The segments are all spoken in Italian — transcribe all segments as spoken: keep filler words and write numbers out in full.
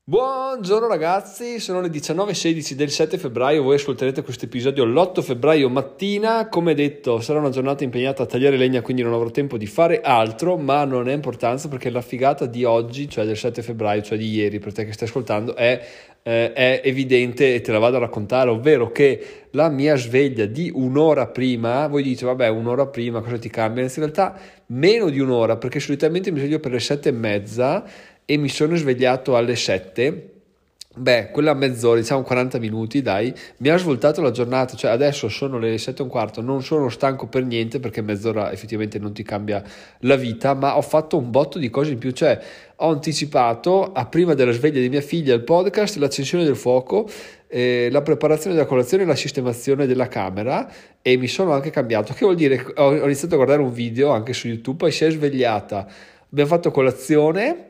Buongiorno ragazzi, sono le diciannove e sedici del sette febbraio, voi ascolterete questo episodio l'otto febbraio mattina. Come detto, sarà una giornata impegnata a tagliare legna, quindi non avrò tempo di fare altro, ma non è importanza perché la figata di oggi, cioè del sette febbraio, cioè di ieri, per te che stai ascoltando, è, eh, è evidente e te la vado a raccontare, ovvero che la mia sveglia di un'ora prima, voi dite vabbè un'ora prima cosa ti cambia? In realtà meno di un'ora, perché solitamente mi sveglio per le sette e mezza e mi sono svegliato alle sette. Beh, quella mezz'ora, diciamo quaranta minuti, dai, mi ha svoltato la giornata. Cioè adesso sono le sette e un quarto, non sono stanco per niente perché mezz'ora effettivamente non ti cambia la vita, ma ho fatto un botto di cose in più. Cioè ho anticipato a prima della sveglia di mia figlia il podcast, l'accensione del fuoco, eh, la preparazione della colazione e la sistemazione della camera, e mi sono anche cambiato. Che vuol dire? Ho, ho iniziato a guardare un video anche su YouTube, poi si è svegliata, abbiamo fatto colazione.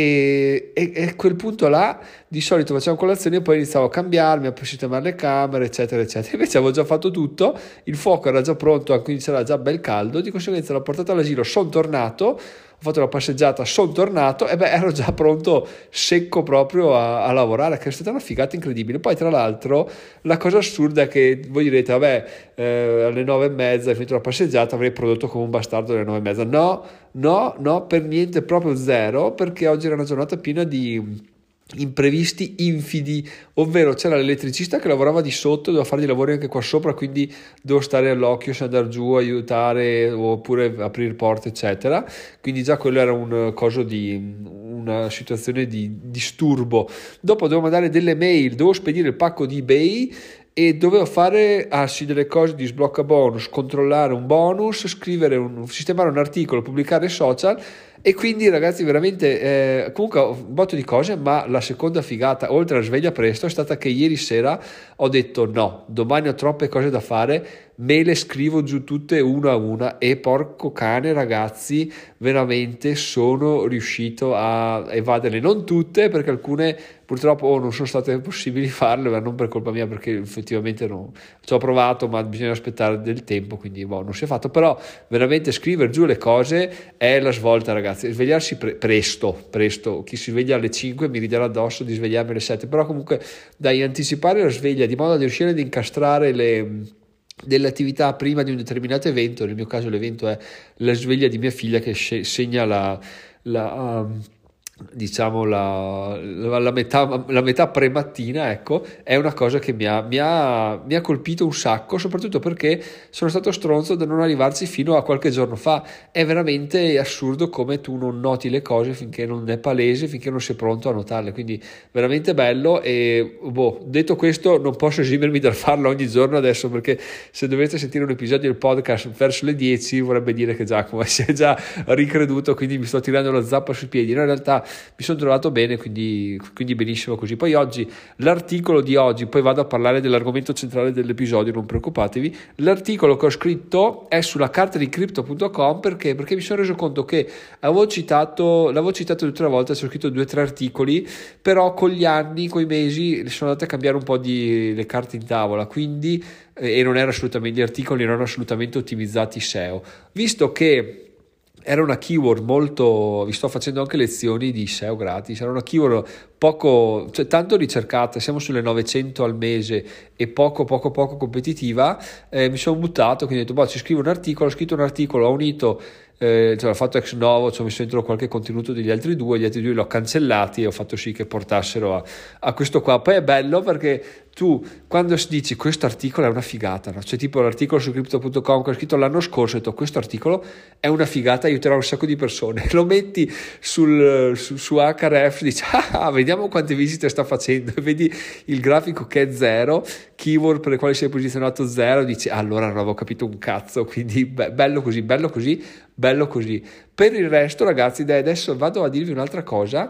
E, e, e a quel punto là di solito facciamo colazione e poi iniziavo a cambiarmi, a sistemare le camere eccetera eccetera. Invece avevo già fatto tutto, il fuoco era già pronto, quindi c'era già bel caldo, di conseguenza l'ho portato all'asilo, sono tornato, ho fatto la passeggiata, sono tornato e beh ero già pronto, secco proprio a, a lavorare, che è stata una figata incredibile. Poi tra l'altro la cosa assurda è che voi direte vabbè eh, alle nove e mezza hai finito la passeggiata, avrei prodotto come un bastardo alle nove e mezza. No, no, no, per niente, proprio zero, perché oggi era una giornata piena di imprevisti infidi, ovvero c'era l'elettricista che lavorava di sotto, doveva fare dei lavori anche qua sopra, quindi devo stare all'occhio se andare giù, aiutare oppure aprire porte eccetera, quindi già quello era un coso di una situazione di disturbo. Dopo devo mandare delle mail, devo spedire il pacco di eBay e dovevo fare ah sì, delle cose di sblocca bonus, controllare un bonus, scrivere un, sistemare un articolo, pubblicare social. E quindi ragazzi veramente eh, comunque ho un botto di cose, ma la seconda figata oltre alla sveglia presto è stata che ieri sera ho detto no, domani ho troppe cose da fare, me le scrivo giù tutte una a una e porco cane ragazzi, veramente sono riuscito a evaderle, non tutte perché alcune purtroppo oh, non sono state possibili farle, ma non per colpa mia perché effettivamente no, ci ho provato ma bisogna aspettare del tempo, quindi boh, non si è fatto. Però veramente scrivere giù le cose è la svolta ragazzi. Svegliarsi pre- presto, presto, chi si sveglia alle cinque mi riderà addosso di svegliarmi alle sette, però comunque dai, anticipare la sveglia di modo da riuscire ad incastrare le delle attività prima di un determinato evento. Nel mio caso l'evento è la sveglia di mia figlia che segna la, la um, diciamo la, la, la metà la metà premattina, ecco, è una cosa che mi ha, mi, ha, mi ha colpito un sacco, soprattutto perché sono stato stronzo da non arrivarci fino a qualche giorno fa. È veramente assurdo come tu non noti le cose finché non è palese, finché non sei pronto a notarle, quindi veramente bello. E boh, detto questo non posso esimermi dal farlo ogni giorno adesso, perché se dovete sentire un episodio del podcast verso le dieci vorrebbe dire che Giacomo si è già ricreduto, quindi mi sto tirando la zappa sui piedi. No, in realtà mi sono trovato bene, quindi, quindi benissimo così. Poi oggi l'articolo di oggi, poi vado a parlare dell'argomento centrale dell'episodio, non preoccupatevi. L'articolo che ho scritto è sulla carta di crypto punto com, perché perché mi sono reso conto che avevo citato l'avevo citato tutte le volte, ho scritto due o tre articoli, però con gli anni, con i mesi sono andate a cambiare un po' di le carte in tavola, quindi eh, e non erano assolutamente, gli articoli non erano assolutamente ottimizzati S E O, visto che era una keyword molto, vi sto facendo anche lezioni di S E O gratis, era una keyword poco, cioè tanto ricercata, siamo sulle novecento al mese e poco poco poco competitiva. Eh, mi sono buttato, quindi ho detto boh, ci scrivo un articolo, ho scritto un articolo, ho unito eh, cioè l'ho fatto ex novo, cioè ho messo dentro qualche contenuto degli altri due, gli altri due li ho cancellati e ho fatto sì che portassero a, a questo qua. Poi è bello perché tu quando dici questo articolo è una figata, no? Cioè tipo l'articolo su crypto punto com che ho scritto l'anno scorso, ho detto questo articolo è una figata, aiuterà un sacco di persone, lo metti sul, su, su H R F, dici ah, vediamo quante visite sta facendo, e vedi il grafico che è zero, keyword per le quali sei posizionato zero, dici ah, allora non avevo capito un cazzo. Quindi be- bello così, bello così, bello così. Per il resto ragazzi, dai, adesso vado a dirvi un'altra cosa,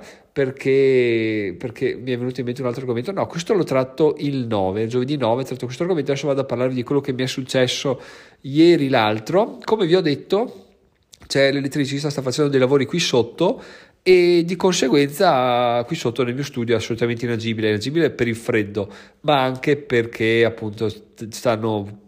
perché, perché mi è venuto in mente un altro argomento. No, questo lo tratto il nove, giovedì nove tratto questo argomento. Adesso vado a parlarvi di quello che mi è successo ieri l'altro. Come vi ho detto, c'è l'elettricista, sta facendo dei lavori qui sotto e di conseguenza qui sotto nel mio studio è assolutamente inagibile, inagibile per il freddo, ma anche perché appunto stanno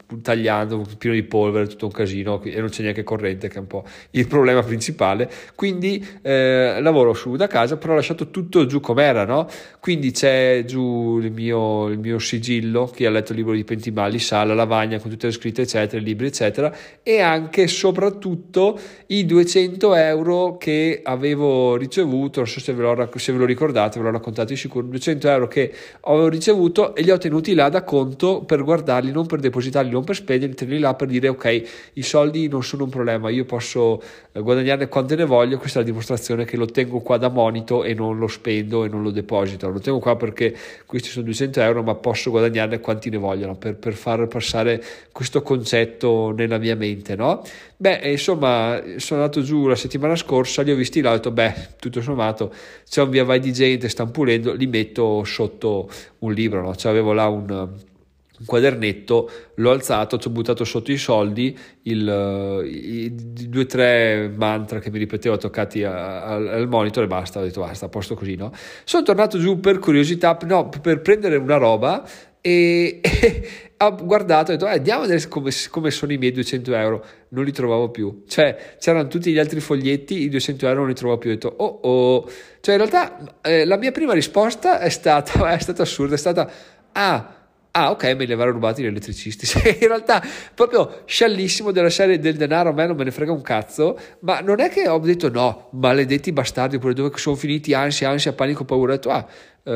tagliando, pieno di polvere, tutto un casino, e non c'è neanche corrente, che è un po' il problema principale. Quindi eh, lavoro su da casa, però ho lasciato tutto giù com'era, no? Quindi c'è giù il mio, il mio sigillo, chi ha letto il libro di Pentimali sa, la lavagna con tutte le scritte eccetera, i libri eccetera, e anche e soprattutto i duecento euro che avevo ricevuto, non so se ve lo, se ve lo ricordate, ve l'ho raccontato di sicuro, duecento euro che avevo ricevuto e li ho tenuti là da conto per guardarli, non per depositarli, non per spenderli, tenerli là per dire ok, i soldi non sono un problema, io posso guadagnarne quante ne voglio. Questa è la dimostrazione che lo tengo qua da monito e non lo spendo e non lo deposito, lo tengo qua perché questi sono duecento euro, ma posso guadagnarne quanti ne vogliono, per, per far passare questo concetto nella mia mente, no? Beh, insomma, sono andato giù la settimana scorsa, li ho visti là, ho detto beh, tutto sommato c'è un via vai di gente, stanno pulendo, li metto sotto un libro, no? Cioè avevo là un, un quadernetto, l'ho alzato, ci ho buttato sotto i soldi, il, i, i due o tre mantra che mi ripetevo toccati a, a, al monitor e basta, ho detto basta, a posto così, no? Sono tornato giù per curiosità, no, per prendere una roba e, e ho guardato e ho detto eh, andiamo a vedere come, come sono i miei duecento euro. Non li trovavo più, cioè c'erano tutti gli altri foglietti, i duecento euro non li trovavo più. Ho detto oh oh, cioè in realtà eh, la mia prima risposta è stata è stata assurda, è stata ah Ah, ok, me li avranno rubati gli elettricisti. In realtà, proprio sciallissimo della serie del denaro, a me non me ne frega un cazzo, ma non è che ho detto no, maledetti bastardi, oppure dove sono finiti, ansia, ansia, panico, paura. Ho detto ah,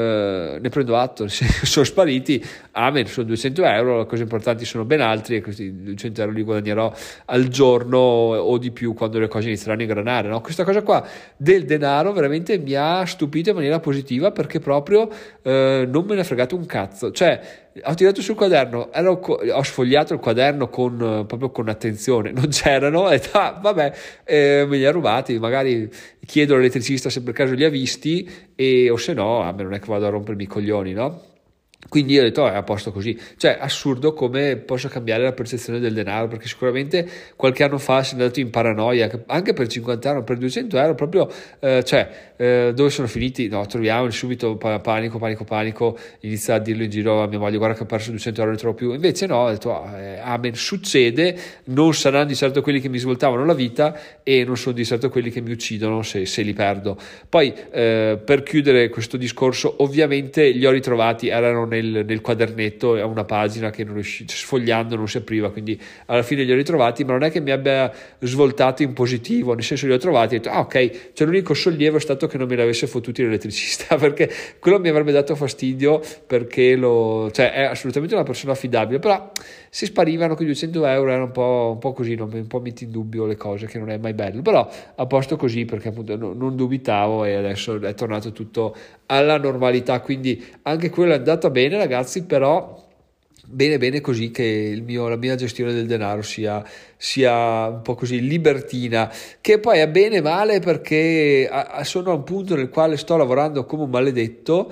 eh, ne prendo atto, sono spariti, amen, sono duecento euro, le cose importanti sono ben altri e questi duecento euro li guadagnerò al giorno o di più quando le cose inizieranno a ingranare, no? Questa cosa qua del denaro veramente mi ha stupito in maniera positiva, perché proprio eh, non me ne è fregato un cazzo, cioè ho tirato sul quaderno, ero, ho sfogliato il quaderno con, proprio con attenzione, non c'erano, ho detto ah, vabbè, eh, me li ha rubati, magari chiedo all'elettricista se per caso li ha visti, e o se no, a me non è che vado a rompermi i coglioni, no? Quindi io ho detto oh, è a posto così. Cioè assurdo come possa cambiare la percezione del denaro, perché sicuramente qualche anno fa si è andato in paranoia anche per cinquanta euro, per duecento euro proprio eh, cioè eh, dove sono finiti? No, troviamoli subito, panico panico panico, inizia a dirlo in giro a mia moglie, guarda che ho perso duecento euro, non ne trovo più. Invece no, ho detto oh, eh, amen, succede, non saranno di certo quelli che mi svoltavano la vita e non sono di certo quelli che mi uccidono se, se li perdo. Poi eh, per chiudere questo discorso, ovviamente li ho ritrovati, erano nel, nel quadernetto, a una pagina che non riusci, sfogliando non si apriva, quindi alla fine li ho ritrovati, ma non è che mi abbia svoltato in positivo, nel senso li ho trovati e ho detto ah ok, cioè l'unico sollievo è stato che non me l'avesse fottuti l'elettricista, perché quello mi avrebbe dato fastidio, perché lo, cioè è assolutamente una persona affidabile, però se sparivano con duecento euro era un po', un po' così, non, un po' metti in dubbio le cose, che non è mai bello, però a posto così, perché appunto no, non dubitavo e adesso è tornato tutto alla normalità, quindi anche quello è andato bene ragazzi, però bene bene così, che il mio, la mia gestione del denaro sia, sia un po' così libertina, che poi è bene e male, perché a, sono a un punto nel quale sto lavorando come un maledetto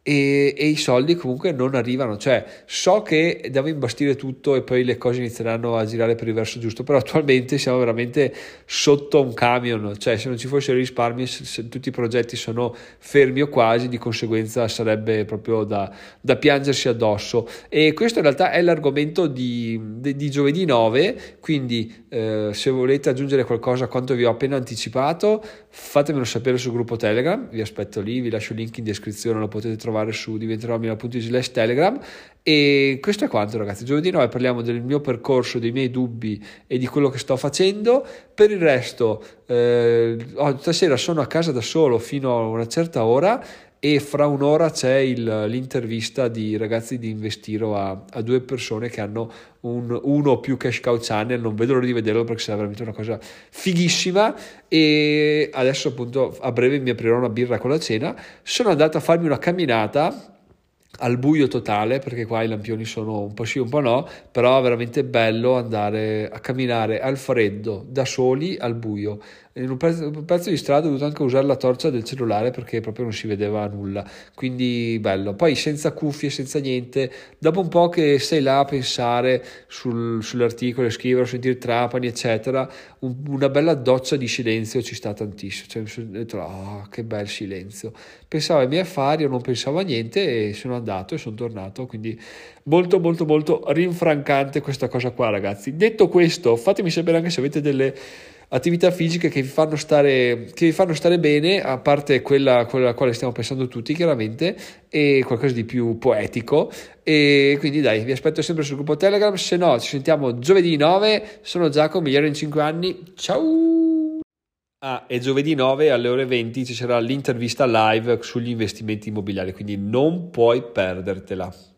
e, e i soldi comunque non arrivano, cioè so che devo imbastire tutto e poi le cose inizieranno a girare per il verso giusto, però attualmente siamo veramente sotto un camion, cioè se non ci fossero i risparmi, se, se tutti i progetti sono fermi o quasi, di conseguenza sarebbe proprio da, da piangersi addosso. E questo in realtà è l'argomento di, di, di giovedì nove, quindi eh, se volete aggiungere qualcosa a quanto vi ho appena anticipato fatemelo sapere sul gruppo Telegram, vi aspetto lì, vi lascio il link in descrizione, lo potete trovare su diventeromila punto it slash telegram. E questo è quanto ragazzi, giovedì nove parliamo del mio percorso, dei miei dubbi e di quello che sto facendo. Per il resto eh, oh, stasera sono a casa da solo fino a una certa ora e fra un'ora c'è il, l'intervista di ragazzi di Investiro a, a due persone che hanno un, uno o più cash cow channel, non vedo l'ora di vederlo perché sarà veramente una cosa fighissima. E adesso appunto a breve mi aprirò una birra con la cena. Sono andato a farmi una camminata al buio totale, perché qua i lampioni sono un po' sì un po' no, però è veramente bello andare a camminare al freddo da soli al buio in un pezzo, un pezzo di strada ho dovuto anche usare la torcia del cellulare perché proprio non si vedeva nulla, quindi bello. Poi senza cuffie, senza niente, dopo un po' che sei là a pensare sul, sull'articolo, a scrivere, a sentire Trapani eccetera, un, una bella doccia di silenzio ci sta tantissimo, cioè mi sono detto oh, che bel silenzio, pensavo ai miei affari, io non pensavo a niente e sono andato e sono tornato, quindi molto molto molto rinfrancante questa cosa qua, ragazzi. Detto questo, fatemi sapere anche se avete delle attività fisiche che vi fanno stare, che vi fanno stare bene, a parte quella, quella alla quale stiamo pensando tutti chiaramente, e qualcosa di più poetico. E quindi dai, vi aspetto sempre sul gruppo Telegram, se no ci sentiamo giovedì nove. Sono Giacomo, migliore in cinque anni, ciao. Ah, e giovedì nove alle ore venti ci sarà l'intervista live sugli investimenti immobiliari, quindi non puoi perdertela.